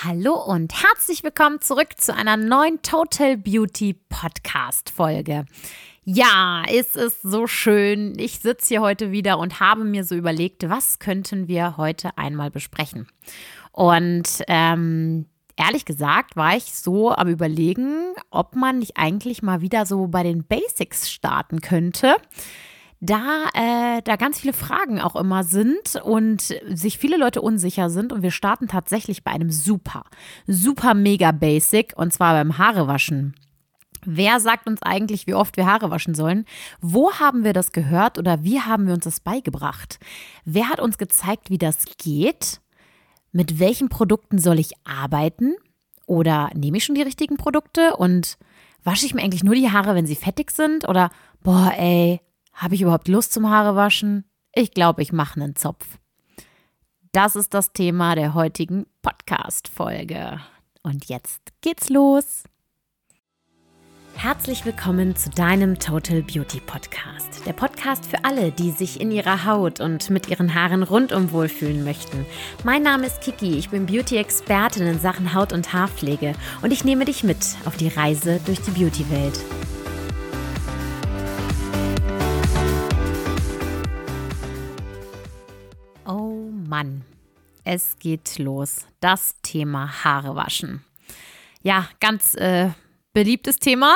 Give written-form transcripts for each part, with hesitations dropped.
Hallo und herzlich willkommen zurück zu einer neuen Total Beauty Podcast Folge. Ja, es ist so schön. Ich sitze hier heute wieder und habe mir so überlegt, was könnten wir heute einmal besprechen. Und ehrlich gesagt war ich so am Überlegen, ob man nicht eigentlich mal wieder so bei den Basics starten könnte. Da ganz viele Fragen auch immer sind und sich viele Leute unsicher sind. Und wir starten tatsächlich bei einem super mega Basic, und zwar beim Haarewaschen. Wer sagt uns eigentlich, wie oft wir Haare waschen sollen? Wo haben wir das gehört oder wie haben wir uns das beigebracht? Wer hat uns gezeigt, wie das geht? Mit welchen Produkten soll ich arbeiten? Oder nehme ich schon die richtigen Produkte? Und wasche ich mir eigentlich nur die Haare, wenn sie fettig sind? Oder, boah ey, habe ich überhaupt Lust zum Haarewaschen? Ich glaube, ich mache einen Zopf. Das ist das Thema der heutigen Podcast-Folge. Und jetzt geht's los. Herzlich willkommen zu deinem Total Beauty Podcast. Der Podcast für alle, die sich in ihrer Haut und mit ihren Haaren rundum wohlfühlen möchten. Mein Name ist Kiki, ich bin Beauty-Expertin in Sachen Haut- und Haarpflege und ich nehme dich mit auf die Reise durch die Beauty-Welt. Oh Mann, es geht los. Das Thema Haare waschen. Ja, ganz beliebtes Thema.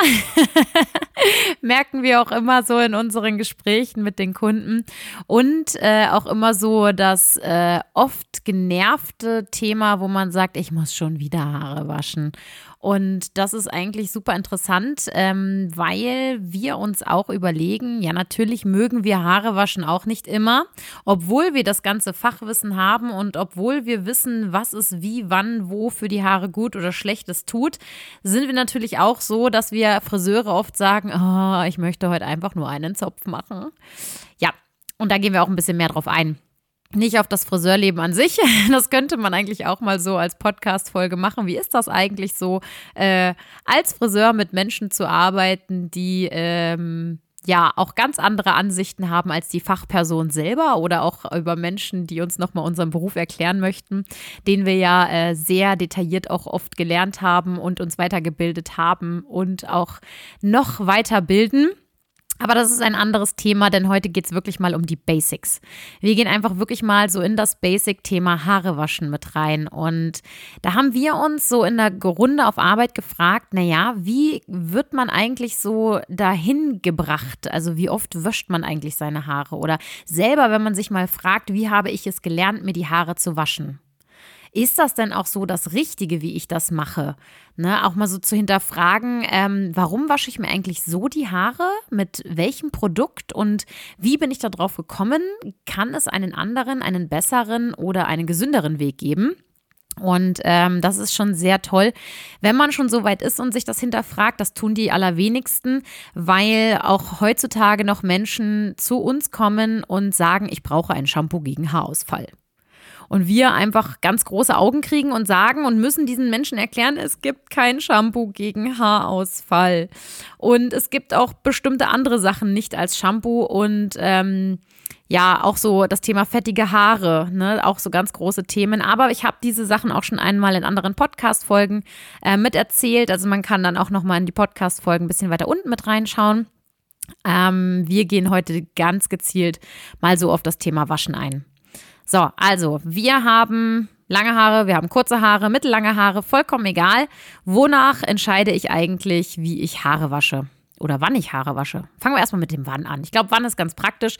Merken wir auch immer so in unseren Gesprächen mit den Kunden. Und auch immer so das oft genervte Thema, wo man sagt, ich muss schon wieder Haare waschen. Und das ist eigentlich super interessant, weil wir uns auch überlegen, ja natürlich mögen wir Haare waschen auch nicht immer, obwohl wir das ganze Fachwissen haben und obwohl wir wissen, was es wie, wann, wo für die Haare gut oder Schlechtes tut, sind wir natürlich auch so, dass wir Friseure oft sagen, oh, ich möchte heute einfach nur einen Zopf machen. Ja, und da gehen wir auch ein bisschen mehr drauf ein. Nicht auf das Friseurleben an sich, das könnte man eigentlich auch mal so als Podcast-Folge machen. Wie ist das eigentlich so, als Friseur mit Menschen zu arbeiten, die ja auch ganz andere Ansichten haben als die Fachperson selber oder auch über Menschen, die uns nochmal unseren Beruf erklären möchten, den wir ja sehr detailliert auch oft gelernt haben und uns weitergebildet haben und auch noch weiterbilden. Aber das ist ein anderes Thema, denn heute geht es wirklich mal um die Basics. Wir gehen einfach wirklich mal so in das Basic-Thema Haare waschen mit rein. Und da haben wir uns so in der Runde auf Arbeit gefragt, naja, wie wird man eigentlich so dahin gebracht? Also wie oft wäscht man eigentlich seine Haare? Oder selber, wenn man sich mal fragt, wie habe ich es gelernt, mir die Haare zu waschen? Ist das denn auch so das Richtige, wie ich das mache? Ne, auch mal so zu hinterfragen, warum wasche ich mir eigentlich so die Haare? Mit welchem Produkt? Und wie bin ich da drauf gekommen? Kann es einen anderen, einen besseren oder einen gesünderen Weg geben? Und das ist schon sehr toll, wenn man schon so weit ist und sich das hinterfragt. Das tun die allerwenigsten, weil auch heutzutage noch Menschen zu uns kommen und sagen, ich brauche ein Shampoo gegen Haarausfall. Und wir einfach ganz große Augen kriegen und sagen und müssen diesen Menschen erklären, es gibt kein Shampoo gegen Haarausfall. Und es gibt auch bestimmte andere Sachen nicht als Shampoo und ja, auch so das Thema fettige Haare, ne, auch so ganz große Themen. Aber ich habe diese Sachen auch schon einmal in anderen Podcast-Folgen mit erzählt. Also man kann dann auch nochmal in die Podcast-Folgen ein bisschen weiter unten mit reinschauen. Wir gehen heute ganz gezielt mal so auf das Thema Waschen ein. So, also wir haben lange Haare, wir haben kurze Haare, mittellange Haare, vollkommen egal. Wonach entscheide ich eigentlich, wie ich Haare wasche oder wann ich Haare wasche? Fangen wir erstmal mit dem Wann an. Ich glaube, wann ist ganz praktisch.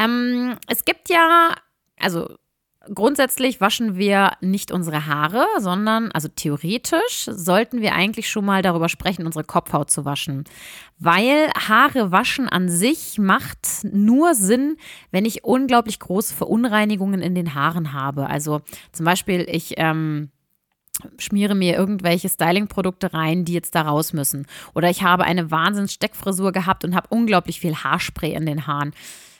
Es gibt ja, also grundsätzlich waschen wir nicht unsere Haare, sondern, also theoretisch sollten wir eigentlich schon mal darüber sprechen, unsere Kopfhaut zu waschen. Weil Haare waschen an sich macht nur Sinn, wenn ich unglaublich große Verunreinigungen in den Haaren habe. Also zum Beispiel, ich schmiere mir irgendwelche Styling-Produkte rein, die jetzt da raus müssen. Oder ich habe eine Wahnsinns-Steckfrisur gehabt und habe unglaublich viel Haarspray in den Haaren.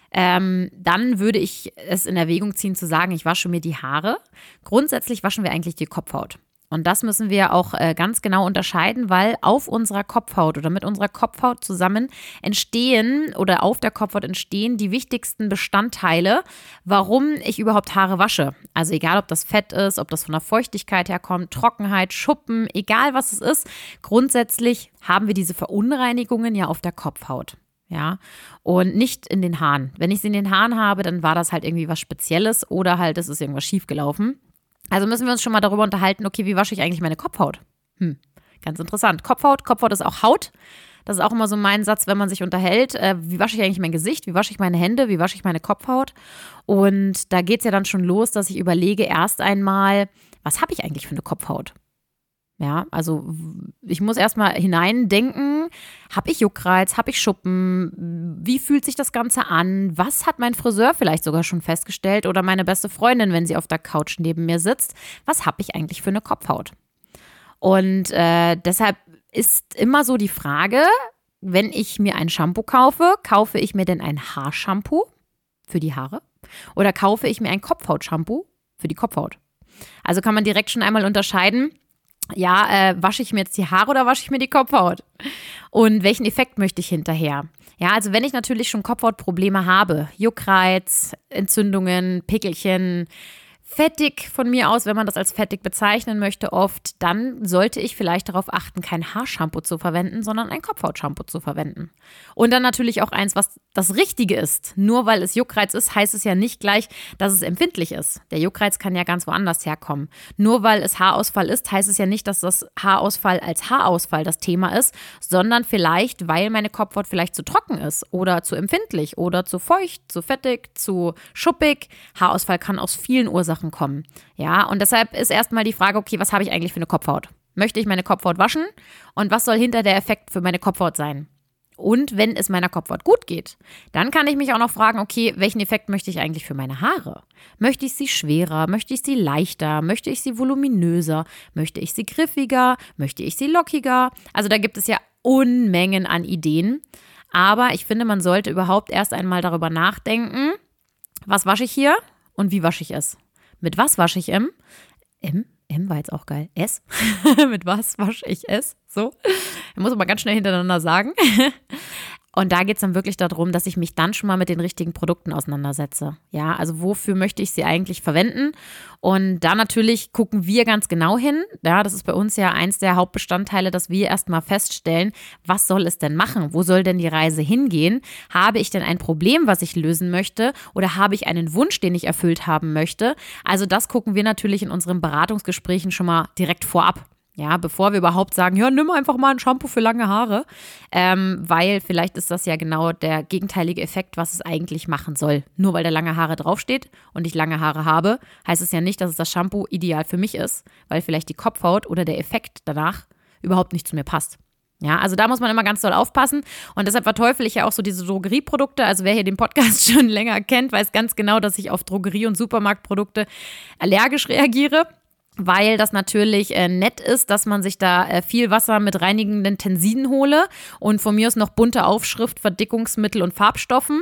Dann würde ich es in Erwägung ziehen zu sagen, ich wasche mir die Haare. Grundsätzlich waschen wir eigentlich die Kopfhaut. Und das müssen wir auch ganz genau unterscheiden, weil auf unserer Kopfhaut oder mit unserer Kopfhaut zusammen entstehen oder auf der Kopfhaut entstehen die wichtigsten Bestandteile, warum ich überhaupt Haare wasche. Also egal, ob das Fett ist, ob das von der Feuchtigkeit herkommt, Trockenheit, Schuppen, egal was es ist. Grundsätzlich haben wir diese Verunreinigungen ja auf der Kopfhaut. Ja, und nicht in den Haaren. Wenn ich sie in den Haaren habe, dann war das halt irgendwie was Spezielles oder halt es ist irgendwas schiefgelaufen. Also müssen wir uns schon mal darüber unterhalten, okay, wie wasche ich eigentlich meine Kopfhaut? Ganz interessant. Kopfhaut ist auch Haut. Das ist auch immer so mein Satz, wenn man sich unterhält. Wie wasche ich eigentlich mein Gesicht? Wie wasche ich meine Hände? Wie wasche ich meine Kopfhaut? Und da geht es ja dann schon los, dass ich überlege erst einmal, was habe ich eigentlich für eine Kopfhaut? Ja, also ich muss erstmal hineindenken, habe ich Juckreiz, habe ich Schuppen, wie fühlt sich das Ganze an, was hat mein Friseur vielleicht sogar schon festgestellt oder meine beste Freundin, wenn sie auf der Couch neben mir sitzt, was habe ich eigentlich für eine Kopfhaut? Und deshalb ist immer so die Frage, wenn ich mir ein Shampoo kaufe, kaufe ich mir denn ein Haarshampoo für die Haare oder kaufe ich mir ein Kopfhautshampoo für die Kopfhaut? Also kann man direkt schon einmal unterscheiden, ja, wasche ich mir jetzt die Haare oder wasche ich mir die Kopfhaut? Und welchen Effekt möchte ich hinterher? Ja, also wenn ich natürlich schon Kopfhautprobleme habe, Juckreiz, Entzündungen, Pickelchen, fettig von mir aus, wenn man das als fettig bezeichnen möchte, oft, dann sollte ich vielleicht darauf achten, kein Haarshampoo zu verwenden, sondern ein Kopfhautshampoo zu verwenden. Und dann natürlich auch eins, was das Richtige ist. Nur weil es Juckreiz ist, heißt es ja nicht gleich, dass es empfindlich ist. Der Juckreiz kann ja ganz woanders herkommen. Nur weil es Haarausfall ist, heißt es ja nicht, dass das Haarausfall als Haarausfall das Thema ist, sondern vielleicht, weil meine Kopfhaut vielleicht zu trocken ist oder zu empfindlich oder zu feucht, zu fettig, zu schuppig. Haarausfall kann aus vielen Ursachen kommen. Ja, und deshalb ist erstmal die Frage, okay, was habe ich eigentlich für eine Kopfhaut? Möchte ich meine Kopfhaut waschen? Und was soll hinter der Effekt für meine Kopfhaut sein? Und wenn es meiner Kopfhaut gut geht, dann kann ich mich auch noch fragen, okay, welchen Effekt möchte ich eigentlich für meine Haare? Möchte ich sie schwerer? Möchte ich sie leichter? Möchte ich sie voluminöser? Möchte ich sie griffiger? Möchte ich sie lockiger? Also da gibt es ja Unmengen an Ideen. Aber ich finde, man sollte überhaupt erst einmal darüber nachdenken, was wasche ich hier und wie wasche ich es? Mit was wasche ich M? M war jetzt auch geil. S? Mit was wasche ich es? So. Ich muss aber ganz schnell hintereinander sagen. Und da geht es dann wirklich darum, dass ich mich dann schon mal mit den richtigen Produkten auseinandersetze. Ja, also wofür möchte ich sie eigentlich verwenden? Und da natürlich gucken wir ganz genau hin. Ja, das ist bei uns ja eins der Hauptbestandteile, dass wir erstmal feststellen, was soll es denn machen? Wo soll denn die Reise hingehen? Habe ich denn ein Problem, was ich lösen möchte? Oder habe ich einen Wunsch, den ich erfüllt haben möchte? Also das gucken wir natürlich in unseren Beratungsgesprächen schon mal direkt vorab. Ja, bevor wir überhaupt sagen, ja, nimm einfach mal ein Shampoo für lange Haare, weil vielleicht ist das ja genau der gegenteilige Effekt, was es eigentlich machen soll. Nur weil da lange Haare draufsteht und ich lange Haare habe, heißt es ja nicht, dass es das Shampoo ideal für mich ist, weil vielleicht die Kopfhaut oder der Effekt danach überhaupt nicht zu mir passt. Ja, also da muss man immer ganz doll aufpassen und deshalb verteufel ich ja auch so diese Drogerieprodukte. Also wer hier den Podcast schon länger kennt, weiß ganz genau, dass ich auf Drogerie- und Supermarktprodukte allergisch reagiere. Weil das natürlich nett ist, dass man sich da viel Wasser mit reinigenden Tensiden hole und von mir aus noch bunte Aufschrift, Verdickungsmittel und Farbstoffen,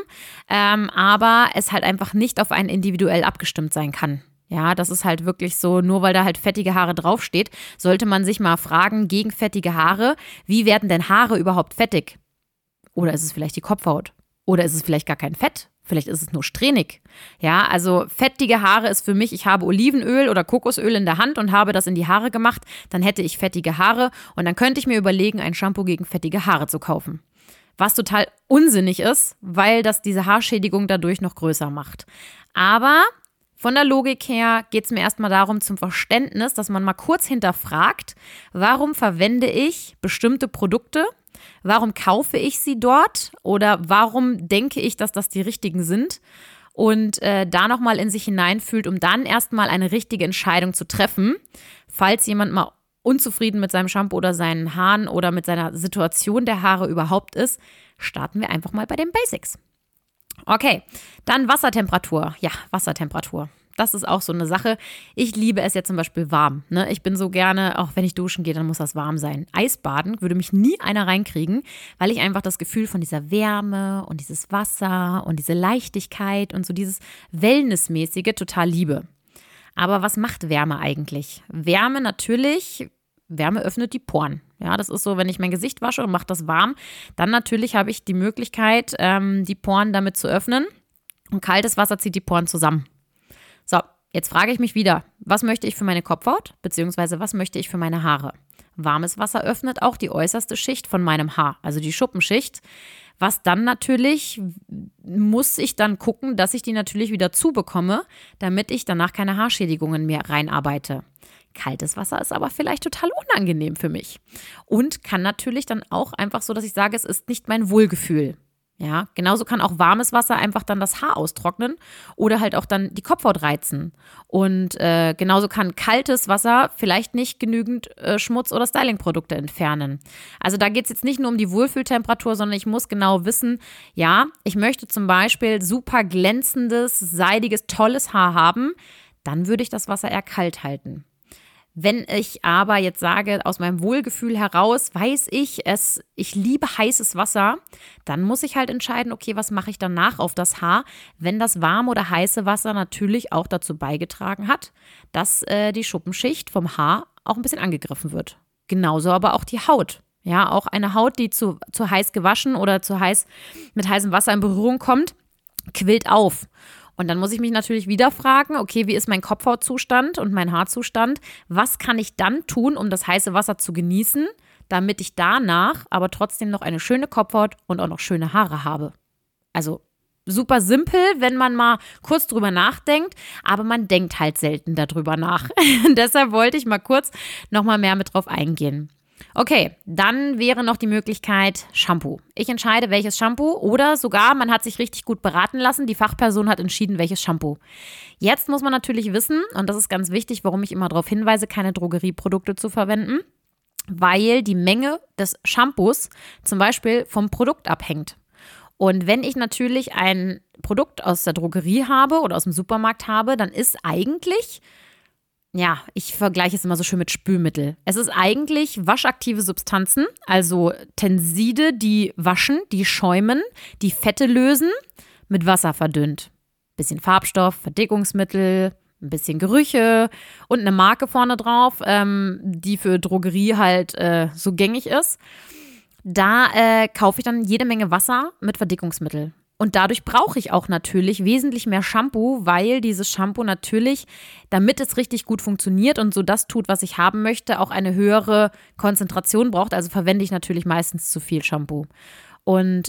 aber es halt einfach nicht auf einen individuell abgestimmt sein kann. Ja, das ist halt wirklich so, nur weil da halt fettige Haare draufsteht, sollte man sich mal fragen, gegen fettige Haare, wie werden denn Haare überhaupt fettig? Oder ist es vielleicht die Kopfhaut? Oder ist es vielleicht gar kein Fett? Vielleicht ist es nur strähnig. Ja, also fettige Haare ist für mich, ich habe Olivenöl oder Kokosöl in der Hand und habe das in die Haare gemacht, dann hätte ich fettige Haare und dann könnte ich mir überlegen, ein Shampoo gegen fettige Haare zu kaufen. Was total unsinnig ist, weil das diese Haarschädigung dadurch noch größer macht. Aber von der Logik her geht es mir erstmal darum, zum Verständnis, dass man mal kurz hinterfragt, warum verwende ich bestimmte Produkte? Warum kaufe ich sie dort oder warum denke ich, dass das die richtigen sind? Und da nochmal in sich hineinfühlt, um dann erstmal eine richtige Entscheidung zu treffen, falls jemand mal unzufrieden mit seinem Shampoo oder seinen Haaren oder mit seiner Situation der Haare überhaupt ist, starten wir einfach mal bei den Basics. Okay, dann Wassertemperatur. Ja, Wassertemperatur. Das ist auch so eine Sache. Ich liebe es ja zum Beispiel warm. Ne? Ich bin so gerne, auch wenn ich duschen gehe, dann muss das warm sein. Eisbaden würde mich nie einer reinkriegen, weil ich einfach das Gefühl von dieser Wärme und dieses Wasser und diese Leichtigkeit und so dieses Wellnessmäßige total liebe. Aber was macht Wärme eigentlich? Wärme öffnet die Poren. Ja, das ist so, wenn ich mein Gesicht wasche und mache das warm, dann natürlich habe ich die Möglichkeit, die Poren damit zu öffnen. Und kaltes Wasser zieht die Poren zusammen. So, jetzt frage ich mich wieder, was möchte ich für meine Kopfhaut, beziehungsweise was möchte ich für meine Haare? Warmes Wasser öffnet auch die äußerste Schicht von meinem Haar, also die Schuppenschicht. Was dann natürlich, muss ich dann gucken, dass ich die natürlich wieder zubekomme, damit ich danach keine Haarschädigungen mehr reinarbeite. Kaltes Wasser ist aber vielleicht total unangenehm für mich und kann natürlich dann auch einfach so, dass ich sage, es ist nicht mein Wohlgefühl. Ja, genauso kann auch warmes Wasser einfach dann das Haar austrocknen oder halt auch dann die Kopfhaut reizen. Und genauso kann kaltes Wasser vielleicht nicht genügend Schmutz oder Stylingprodukte entfernen. Also da geht es jetzt nicht nur um die Wohlfühltemperatur, sondern ich muss genau wissen, ja, ich möchte zum Beispiel super glänzendes, seidiges, tolles Haar haben, dann würde ich das Wasser eher kalt halten. Wenn ich aber jetzt sage, aus meinem Wohlgefühl heraus, weiß ich es, ich liebe heißes Wasser, dann muss ich halt entscheiden, okay, was mache ich danach auf das Haar, wenn das warme oder heiße Wasser natürlich auch dazu beigetragen hat, dass die Schuppenschicht vom Haar auch ein bisschen angegriffen wird. Genauso aber auch die Haut. Ja, auch eine Haut, die zu heiß gewaschen oder zu heiß mit heißem Wasser in Berührung kommt, quillt auf. Und dann muss ich mich natürlich wieder fragen, okay, wie ist mein Kopfhautzustand und mein Haarzustand? Was kann ich dann tun, um das heiße Wasser zu genießen, damit ich danach aber trotzdem noch eine schöne Kopfhaut und auch noch schöne Haare habe? Also super simpel, wenn man mal kurz drüber nachdenkt, aber man denkt halt selten darüber nach. Deshalb wollte ich mal kurz nochmal mehr mit drauf eingehen. Okay, dann wäre noch die Möglichkeit Shampoo. Ich entscheide, welches Shampoo oder sogar, man hat sich richtig gut beraten lassen, die Fachperson hat entschieden, welches Shampoo. Jetzt muss man natürlich wissen, und das ist ganz wichtig, warum ich immer darauf hinweise, keine Drogerieprodukte zu verwenden, weil die Menge des Shampoos zum Beispiel vom Produkt abhängt. Und wenn ich natürlich ein Produkt aus der Drogerie habe oder aus dem Supermarkt habe, dann ist eigentlich... Ja, ich vergleiche es immer so schön mit Spülmittel. Es ist eigentlich waschaktive Substanzen, also Tenside, die waschen, die schäumen, die Fette lösen, mit Wasser verdünnt. Bisschen Farbstoff, Verdickungsmittel, ein bisschen Gerüche und eine Marke vorne drauf, die für Drogerie halt so gängig ist. Da kaufe ich dann jede Menge Wasser mit Verdickungsmittel. Und dadurch brauche ich auch natürlich wesentlich mehr Shampoo, weil dieses Shampoo natürlich, damit es richtig gut funktioniert und so das tut, was ich haben möchte, auch eine höhere Konzentration braucht. Also verwende ich natürlich meistens zu viel Shampoo. Und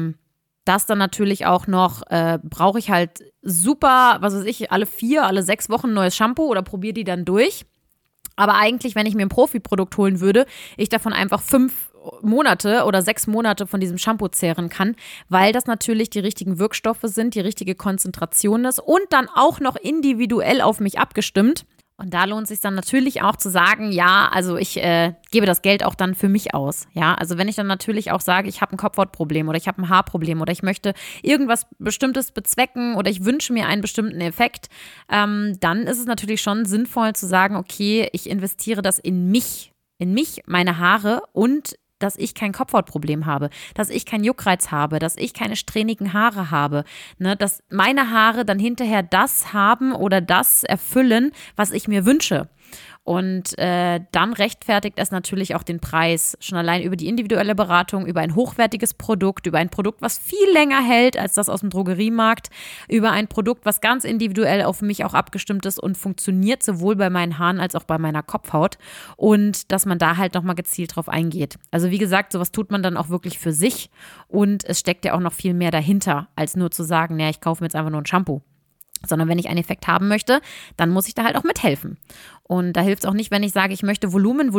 das dann natürlich auch noch, brauche ich halt super, was weiß ich, alle 6 Wochen neues Shampoo oder probiere die dann durch. Aber eigentlich, wenn ich mir ein Profi-Produkt holen würde, ich davon einfach 5 Monate oder 6 Monate von diesem Shampoo zehren kann, weil das natürlich die richtigen Wirkstoffe sind, die richtige Konzentration ist und dann auch noch individuell auf mich abgestimmt. Und da lohnt es sich dann natürlich auch zu sagen, ja, also ich gebe das Geld auch dann für mich aus. Ja, also wenn ich dann natürlich auch sage, ich habe ein Kopfhautproblem oder ich habe ein Haarproblem oder ich möchte irgendwas Bestimmtes bezwecken oder ich wünsche mir einen bestimmten Effekt, dann ist es natürlich schon sinnvoll zu sagen, okay, ich investiere das in mich, meine Haare und dass ich kein Kopfhautproblem habe, dass ich keinen Juckreiz habe, dass ich keine strähnigen Haare habe, ne, dass meine Haare dann hinterher das haben oder das erfüllen, was ich mir wünsche. Und dann rechtfertigt es natürlich auch den Preis, schon allein über die individuelle Beratung, über ein hochwertiges Produkt, über ein Produkt, was viel länger hält als das aus dem Drogeriemarkt, über ein Produkt, was ganz individuell auf mich auch abgestimmt ist und funktioniert, sowohl bei meinen Haaren als auch bei meiner Kopfhaut. Und dass man da halt nochmal gezielt drauf eingeht. Also wie gesagt, sowas tut man dann auch wirklich für sich und es steckt ja auch noch viel mehr dahinter, als nur zu sagen, naja, ich kaufe mir jetzt einfach nur ein Shampoo. Sondern wenn ich einen Effekt haben möchte, dann muss ich da halt auch mithelfen. Und da hilft es auch nicht, wenn ich sage, ich möchte Volumen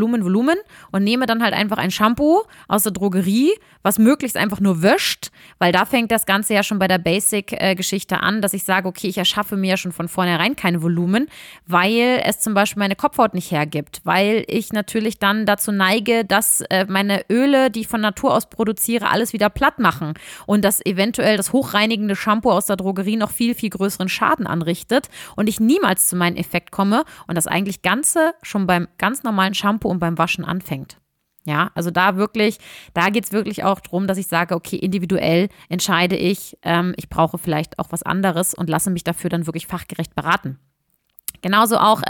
und nehme dann halt einfach ein Shampoo aus der Drogerie, was möglichst einfach nur wäscht, weil da fängt das Ganze ja schon bei der Basic-Geschichte an, dass ich sage, okay, ich erschaffe mir ja schon von vornherein keine Volumen, weil es zum Beispiel meine Kopfhaut nicht hergibt, weil ich natürlich dann dazu neige, dass meine Öle, die ich von Natur aus produziere, alles wieder platt machen und dass eventuell das hochreinigende Shampoo aus der Drogerie noch viel, viel größeren Schaden anrichtet und ich niemals zu meinem Effekt komme und das eigentlich Ganze schon beim ganz normalen Shampoo und beim Waschen anfängt. Ja, also da geht es wirklich auch darum, dass ich sage, okay, individuell entscheide ich, ich brauche vielleicht auch was anderes und lasse mich dafür dann wirklich fachgerecht beraten. Genauso auch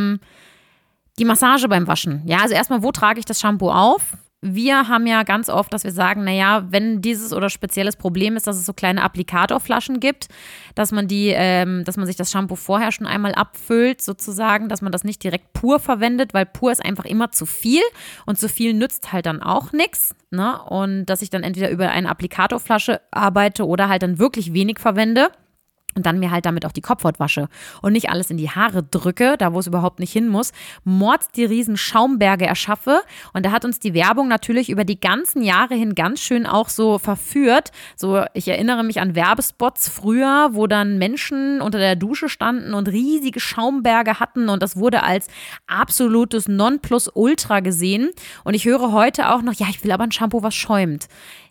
die Massage beim Waschen. Ja, also erstmal, wo trage ich das Shampoo auf? Wir haben ja ganz oft, dass wir sagen, naja, wenn dieses oder spezielles Problem ist, dass es so kleine Applikatorflaschen gibt, dass man sich das Shampoo vorher schon einmal abfüllt, sozusagen, dass man das nicht direkt pur verwendet, weil pur ist einfach immer zu viel und zu viel nützt halt dann auch nichts, ne? Und dass ich dann entweder über eine Applikatorflasche arbeite oder halt dann wirklich wenig verwende. Und dann mir halt damit auch die Kopfhaut wasche und nicht alles in die Haare drücke, da wo es überhaupt nicht hin muss, mords die riesen Schaumberge erschaffe. Und da hat uns die Werbung natürlich über die ganzen Jahre hin ganz schön auch so verführt. So, ich erinnere mich an Werbespots früher, wo dann Menschen unter der Dusche standen und riesige Schaumberge hatten und das wurde als absolutes Nonplusultra gesehen. Und ich höre heute auch noch, ja, ich will aber ein Shampoo, was schäumt.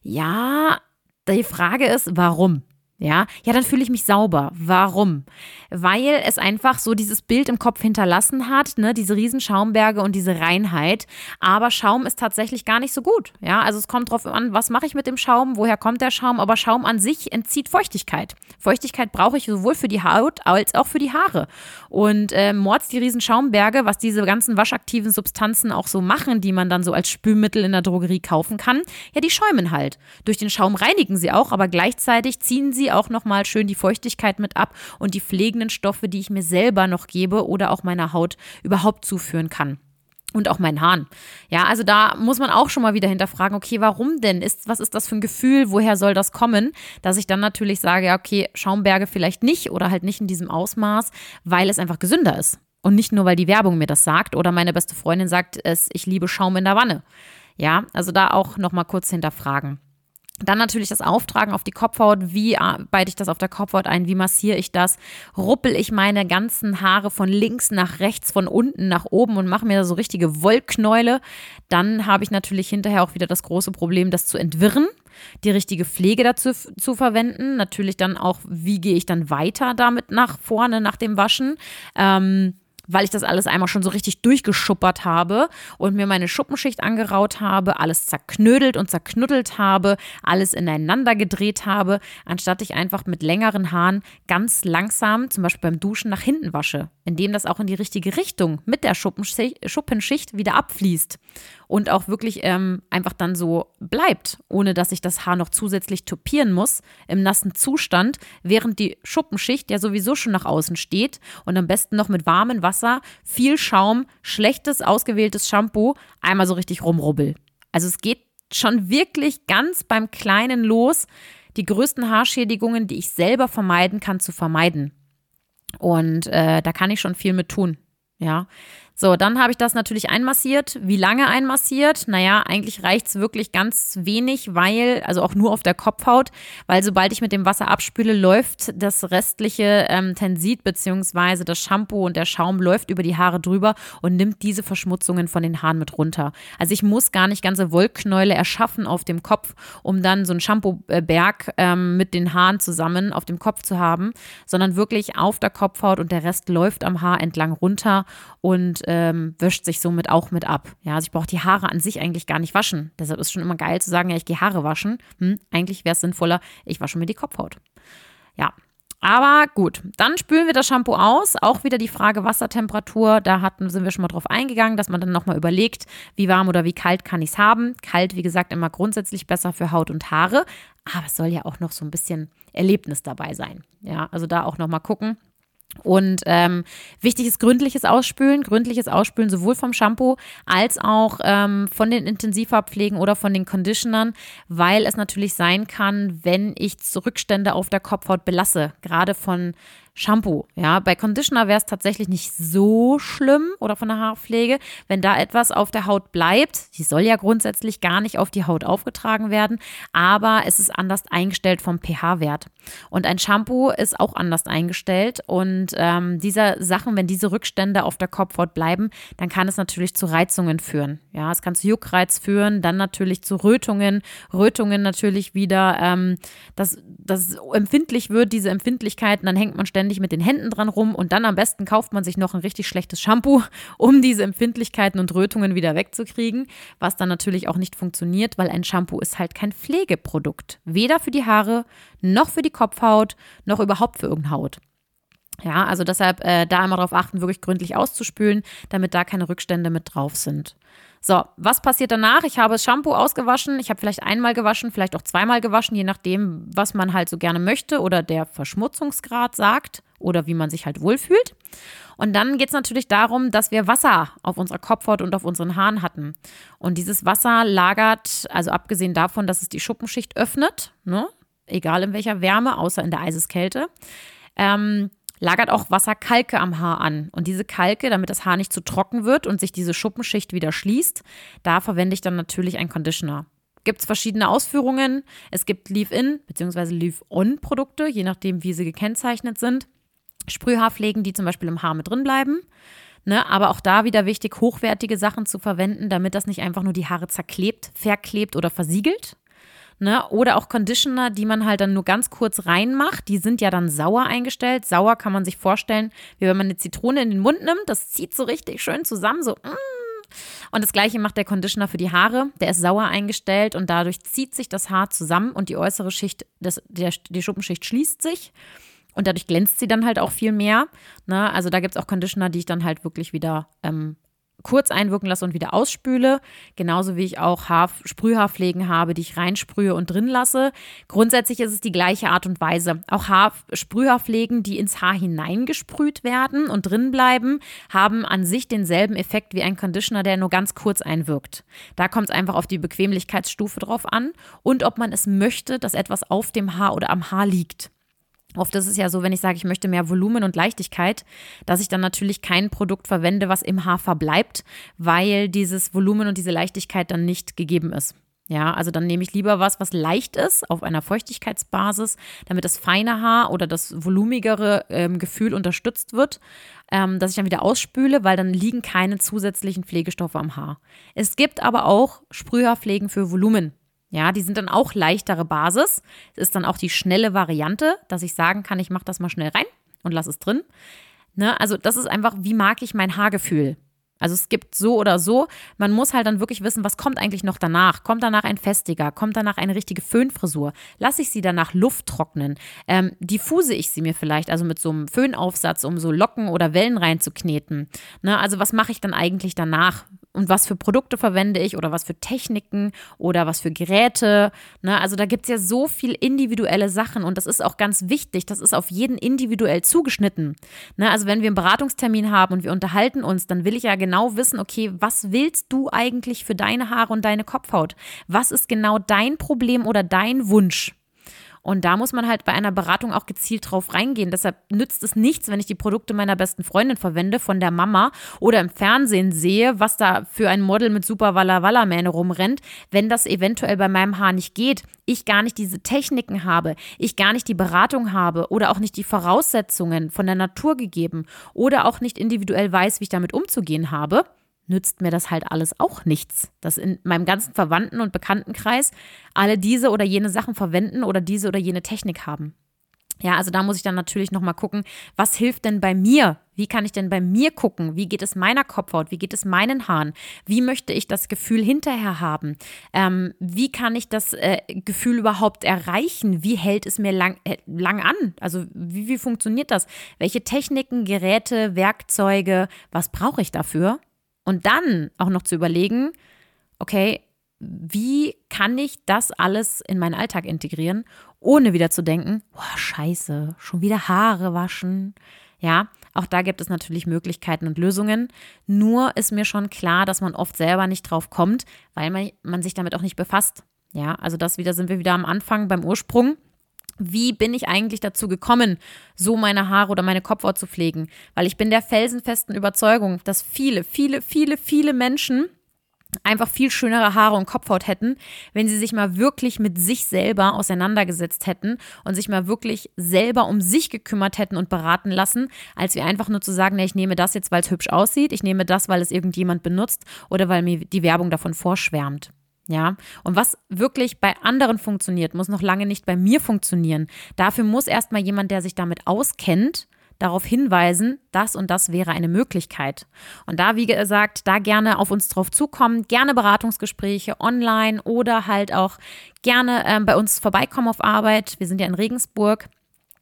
Ja, die Frage ist, warum? Ja, dann fühle ich mich sauber. Warum? Weil es einfach so dieses Bild im Kopf hinterlassen hat, ne, diese riesen Schaumberge und diese Reinheit. Aber Schaum ist tatsächlich gar nicht so gut. Ja, also es kommt drauf an, was mache ich mit dem Schaum, woher kommt der Schaum? Aber Schaum an sich entzieht Feuchtigkeit. Feuchtigkeit brauche ich sowohl für die Haut als auch für die Haare. Und mords die riesen Schaumberge, was diese ganzen waschaktiven Substanzen auch so machen, die man dann so als Spülmittel in der Drogerie kaufen kann, ja, die schäumen halt. Durch den Schaum reinigen sie auch, aber gleichzeitig ziehen sie auch nochmal schön die Feuchtigkeit mit ab und die pflegenden Stoffe, die ich mir selber noch gebe oder auch meiner Haut überhaupt zuführen kann. Und auch meinen Haaren. Ja, also da muss man auch schon mal wieder hinterfragen, okay, warum denn? Was ist das für ein Gefühl? Woher soll das kommen? Dass ich dann natürlich sage, ja, okay, Schaumberge vielleicht nicht oder halt nicht in diesem Ausmaß, weil es einfach gesünder ist. Und nicht nur, weil die Werbung mir das sagt oder meine beste Freundin sagt, ich liebe Schaum in der Wanne. Ja, also da auch nochmal kurz hinterfragen. Dann natürlich das Auftragen auf die Kopfhaut. Wie arbeite ich das auf der Kopfhaut ein? Wie massiere ich das? Ruppel ich meine ganzen Haare von links nach rechts, von unten nach oben und mache mir da so richtige Wollknäule? Dann habe ich natürlich hinterher auch wieder das große Problem, das zu entwirren, die richtige Pflege dazu zu verwenden. Natürlich dann auch, wie gehe ich dann weiter damit nach vorne, nach dem Waschen? Weil ich das alles einmal schon so richtig durchgeschuppert habe und mir meine Schuppenschicht angeraut habe, alles zerknödelt und zerknuddelt habe, alles ineinander gedreht habe, anstatt ich einfach mit längeren Haaren ganz langsam, zum Beispiel beim Duschen, nach hinten wasche, indem das auch in die richtige Richtung mit der Schuppenschicht wieder abfließt und auch wirklich einfach dann so bleibt, ohne dass ich das Haar noch zusätzlich tupieren muss im nassen Zustand, während die Schuppenschicht ja sowieso schon nach außen steht und am besten noch mit warmem Wasser, viel Schaum, schlechtes, ausgewähltes Shampoo, einmal so richtig rumrubbel. Also es geht schon wirklich ganz beim Kleinen los, die größten Haarschädigungen, die ich selber vermeiden kann, zu vermeiden. Und da kann ich schon viel mit tun. Ja, so, dann habe ich das natürlich einmassiert. Wie lange einmassiert? Naja, eigentlich reicht es wirklich ganz wenig, also auch nur auf der Kopfhaut, weil sobald ich mit dem Wasser abspüle, läuft das restliche Tensid bzw. das Shampoo und der Schaum läuft über die Haare drüber und nimmt diese Verschmutzungen von den Haaren mit runter. Also ich muss gar nicht ganze Wollknäule erschaffen auf dem Kopf, um dann so einen Shampoo-Berg mit den Haaren zusammen auf dem Kopf zu haben, sondern wirklich auf der Kopfhaut und der Rest läuft am Haar entlang runter und wäscht sich somit auch mit ab. Ja, also ich brauche die Haare an sich eigentlich gar nicht waschen. Deshalb ist es schon immer geil zu sagen, ja, ich gehe Haare waschen. Eigentlich wäre es sinnvoller, ich wasche mir die Kopfhaut. Ja, aber gut, dann spülen wir das Shampoo aus. Auch wieder die Frage Wassertemperatur. Da sind wir schon mal drauf eingegangen, dass man dann nochmal überlegt, wie warm oder wie kalt kann ich es haben. Kalt, wie gesagt, immer grundsätzlich besser für Haut und Haare. Aber es soll ja auch noch so ein bisschen Erlebnis dabei sein. Ja, also da auch nochmal gucken. Und wichtig ist gründliches Ausspülen sowohl vom Shampoo als auch von den Intensivhaarpflegen oder von den Conditionern, weil es natürlich sein kann, wenn ich Rückstände auf der Kopfhaut belasse, gerade von Shampoo, ja, bei Conditioner wäre es tatsächlich nicht so schlimm oder von der Haarpflege, wenn da etwas auf der Haut bleibt. Die soll ja grundsätzlich gar nicht auf die Haut aufgetragen werden, aber es ist anders eingestellt vom pH-Wert. Und ein Shampoo ist auch anders eingestellt und diese Sachen, wenn diese Rückstände auf der Kopfhaut bleiben, dann kann es natürlich zu Reizungen führen. Ja, es kann zu Juckreiz führen, dann natürlich zu Rötungen natürlich wieder, dass empfindlich wird, diese Empfindlichkeiten, dann hängt man ständig mit den Händen dran rum und dann am besten kauft man sich noch ein richtig schlechtes Shampoo, um diese Empfindlichkeiten und Rötungen wieder wegzukriegen, was dann natürlich auch nicht funktioniert, weil ein Shampoo ist halt kein Pflegeprodukt. Weder für die Haare, noch für die Kopfhaut, noch überhaupt für irgendeine Haut. Ja, also deshalb da immer darauf achten, wirklich gründlich auszuspülen, damit da keine Rückstände mit drauf sind. So, was passiert danach? Ich habe das Shampoo ausgewaschen. Ich habe vielleicht einmal gewaschen, vielleicht auch zweimal gewaschen, je nachdem, was man halt so gerne möchte oder der Verschmutzungsgrad sagt oder wie man sich halt wohlfühlt. Und dann geht es natürlich darum, dass wir Wasser auf unserer Kopfhaut und auf unseren Haaren hatten. Und dieses Wasser lagert, also abgesehen davon, dass es die Schuppenschicht öffnet, ne? Egal in welcher Wärme, außer in der Eiseskälte, lagert auch Wasserkalke am Haar an. Und diese Kalke, damit das Haar nicht zu trocken wird und sich diese Schuppenschicht wieder schließt, da verwende ich dann natürlich einen Conditioner. Gibt es verschiedene Ausführungen. Es gibt Leave-In bzw. Leave-On-Produkte, je nachdem, wie sie gekennzeichnet sind. Sprühhaarpflegen, die zum Beispiel im Haar mit drin bleiben. Ne, aber auch da wieder wichtig, hochwertige Sachen zu verwenden, damit das nicht einfach nur die Haare zerklebt, verklebt oder versiegelt. Ne? Oder auch Conditioner, die man halt dann nur ganz kurz reinmacht. Die sind ja dann sauer eingestellt. Sauer kann man sich vorstellen, wie wenn man eine Zitrone in den Mund nimmt. Das zieht so richtig schön zusammen, so. Und das Gleiche macht der Conditioner für die Haare. Der ist sauer eingestellt und dadurch zieht sich das Haar zusammen und die äußere Schicht, die Schuppenschicht schließt sich. Und dadurch glänzt sie dann halt auch viel mehr. Ne? Also da gibt es auch Conditioner, die ich dann halt wirklich wieder kurz einwirken lasse und wieder ausspüle. Genauso wie ich auch Sprühhaarpflegen habe, die ich reinsprühe und drin lasse. Grundsätzlich ist es die gleiche Art und Weise. Auch Sprühhaarpflegen, die ins Haar hineingesprüht werden und drin bleiben, haben an sich denselben Effekt wie ein Conditioner, der nur ganz kurz einwirkt. Da kommt es einfach auf die Bequemlichkeitsstufe drauf an und ob man es möchte, dass etwas auf dem Haar oder am Haar liegt. Oft ist es ja so, wenn ich sage, ich möchte mehr Volumen und Leichtigkeit, dass ich dann natürlich kein Produkt verwende, was im Haar verbleibt, weil dieses Volumen und diese Leichtigkeit dann nicht gegeben ist. Ja, also dann nehme ich lieber was leicht ist, auf einer Feuchtigkeitsbasis, damit das feine Haar oder das volumigere Gefühl unterstützt wird, dass ich dann wieder ausspüle, weil dann liegen keine zusätzlichen Pflegestoffe am Haar. Es gibt aber auch Sprühhaarpflegen für Volumen. Ja, die sind dann auch leichtere Basis. Es ist dann auch die schnelle Variante, dass ich sagen kann, ich mache das mal schnell rein und lasse es drin. Ne? Also das ist einfach, wie mag ich mein Haargefühl? Also es gibt so oder so. Man muss halt dann wirklich wissen, was kommt eigentlich noch danach? Kommt danach ein Festiger? Kommt danach eine richtige Föhnfrisur? Lasse ich sie danach Luft trocknen? Diffuse ich sie mir vielleicht, also mit so einem Föhnaufsatz, um so Locken oder Wellen reinzukneten? Ne? Also was mache ich dann eigentlich danach? Und was für Produkte verwende ich oder was für Techniken oder was für Geräte. Ne? Also da gibt es ja so viel individuelle Sachen und das ist auch ganz wichtig. Das ist auf jeden individuell zugeschnitten. Ne? Also wenn wir einen Beratungstermin haben und wir unterhalten uns, dann will ich ja genau wissen, okay, was willst du eigentlich für deine Haare und deine Kopfhaut? Was ist genau dein Problem oder dein Wunsch? Und da muss man halt bei einer Beratung auch gezielt drauf reingehen. Deshalb nützt es nichts, wenn ich die Produkte meiner besten Freundin verwende, von der Mama oder im Fernsehen sehe, was da für ein Model mit super Walla Walla Mähne rumrennt, wenn das eventuell bei meinem Haar nicht geht, ich gar nicht diese Techniken habe, ich gar nicht die Beratung habe oder auch nicht die Voraussetzungen von der Natur gegeben oder auch nicht individuell weiß, wie ich damit umzugehen habe, nützt mir das halt alles auch nichts. Dass in meinem ganzen Verwandten- und Bekanntenkreis alle diese oder jene Sachen verwenden oder diese oder jene Technik haben. Ja, also da muss ich dann natürlich nochmal gucken, was hilft denn bei mir? Wie kann ich denn bei mir gucken? Wie geht es meiner Kopfhaut? Wie geht es meinen Haaren? Wie möchte ich das Gefühl hinterher haben? Wie kann ich das Gefühl überhaupt erreichen? Wie hält es mir lang an? Also wie funktioniert das? Welche Techniken, Geräte, Werkzeuge, was brauche ich dafür? Und dann auch noch zu überlegen, okay, wie kann ich das alles in meinen Alltag integrieren, ohne wieder zu denken, boah, scheiße, schon wieder Haare waschen. Ja, auch da gibt es natürlich Möglichkeiten und Lösungen. Nur ist mir schon klar, dass man oft selber nicht drauf kommt, weil man sich damit auch nicht befasst. Ja, also sind wir wieder am Anfang beim Ursprung. Wie bin ich eigentlich dazu gekommen, so meine Haare oder meine Kopfhaut zu pflegen? Weil ich bin der felsenfesten Überzeugung, dass viele, viele, viele, viele Menschen einfach viel schönere Haare und Kopfhaut hätten, wenn sie sich mal wirklich mit sich selber auseinandergesetzt hätten und sich mal wirklich selber um sich gekümmert hätten und beraten lassen, als wir einfach nur zu sagen, ich nehme das jetzt, weil es hübsch aussieht, ich nehme das, weil es irgendjemand benutzt oder weil mir die Werbung davon vorschwärmt. Ja, und was wirklich bei anderen funktioniert, muss noch lange nicht bei mir funktionieren. Dafür muss erstmal jemand, der sich damit auskennt, darauf hinweisen, das und das wäre eine Möglichkeit. Und da, wie gesagt, da gerne auf uns drauf zukommen, gerne Beratungsgespräche online oder halt auch gerne bei uns vorbeikommen auf Arbeit. Wir sind ja in Regensburg.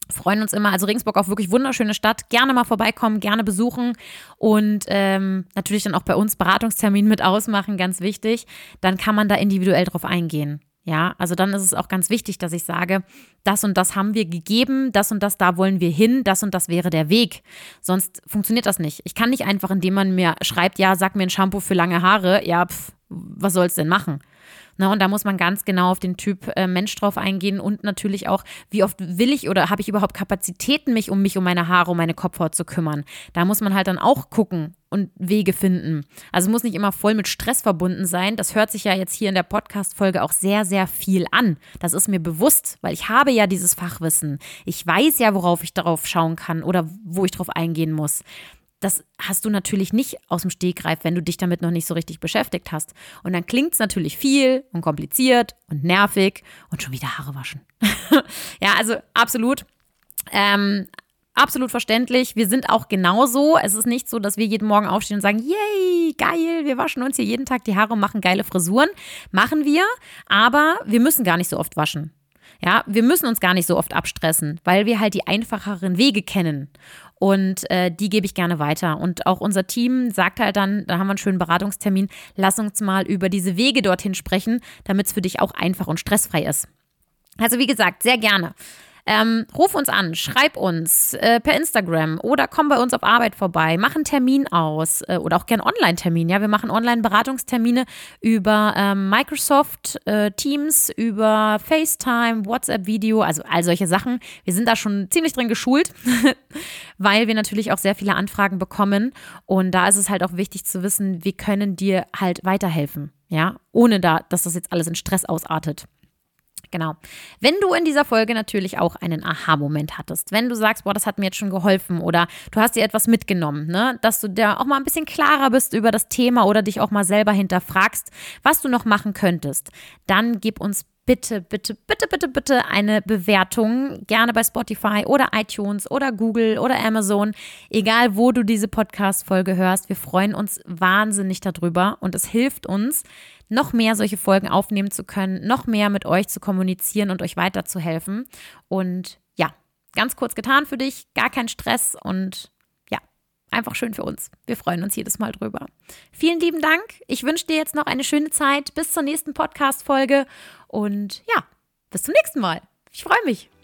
Freuen uns immer. Also Regensburg auch wirklich wunderschöne Stadt. Gerne mal vorbeikommen, gerne besuchen und natürlich dann auch bei uns Beratungstermin mit ausmachen, ganz wichtig. Dann kann man da individuell drauf eingehen. Ja, also dann ist es auch ganz wichtig, dass ich sage, das und das haben wir gegeben, das und das, da wollen wir hin, das und das wäre der Weg. Sonst funktioniert das nicht. Ich kann nicht einfach, indem man mir schreibt, ja, sag mir ein Shampoo für lange Haare, ja, was soll's denn machen? Na, und da muss man ganz genau auf den Typ Mensch drauf eingehen und natürlich auch, wie oft will ich oder habe ich überhaupt Kapazitäten, mich um meine Haare, um meine Kopfhaut zu kümmern. Da muss man halt dann auch gucken und Wege finden. Also es muss nicht immer voll mit Stress verbunden sein. Das hört sich ja jetzt hier in der Podcast-Folge auch sehr, sehr viel an. Das ist mir bewusst, weil ich habe ja dieses Fachwissen. Ich weiß ja, worauf ich darauf schauen kann oder wo ich drauf eingehen muss. Das hast du natürlich nicht aus dem Stegreif, wenn du dich damit noch nicht so richtig beschäftigt hast. Und dann klingt es natürlich viel und kompliziert und nervig und schon wieder Haare waschen. Ja, also absolut. Absolut verständlich. Wir sind auch genauso. Es ist nicht so, dass wir jeden Morgen aufstehen und sagen, yay, geil, wir waschen uns hier jeden Tag die Haare und machen geile Frisuren. Machen wir, aber wir müssen gar nicht so oft waschen. Ja, wir müssen uns gar nicht so oft abstressen, weil wir halt die einfacheren Wege kennen. Und die gebe ich gerne weiter. Und auch unser Team sagt halt dann, da haben wir einen schönen Beratungstermin, lass uns mal über diese Wege dorthin sprechen, damit es für dich auch einfach und stressfrei ist. Also wie gesagt, sehr gerne. Ruf uns an, schreib uns per Instagram oder komm bei uns auf Arbeit vorbei, mach einen Termin aus oder auch gern Online-Termin. Ja, wir machen Online-Beratungstermine über Microsoft Teams, über FaceTime, WhatsApp-Video, also all solche Sachen. Wir sind da schon ziemlich drin geschult, weil wir natürlich auch sehr viele Anfragen bekommen und da ist es halt auch wichtig zu wissen, wir können dir halt weiterhelfen, ja, ohne dass das jetzt alles in Stress ausartet. Genau. Wenn du in dieser Folge natürlich auch einen Aha-Moment hattest, wenn du sagst, boah, das hat mir jetzt schon geholfen oder du hast dir etwas mitgenommen, ne, dass du da auch mal ein bisschen klarer bist über das Thema oder dich auch mal selber hinterfragst, was du noch machen könntest, dann gib uns bitte, bitte, bitte, bitte, bitte eine Bewertung, gerne bei Spotify oder iTunes oder Google oder Amazon, egal wo du diese Podcast-Folge hörst. Wir freuen uns wahnsinnig darüber und es hilft uns, noch mehr solche Folgen aufnehmen zu können, noch mehr mit euch zu kommunizieren und euch weiterzuhelfen. Und ja, ganz kurz getan für dich, gar kein Stress und ja, einfach schön für uns. Wir freuen uns jedes Mal drüber. Vielen lieben Dank. Ich wünsche dir jetzt noch eine schöne Zeit bis zur nächsten Podcast-Folge und ja, bis zum nächsten Mal. Ich freue mich.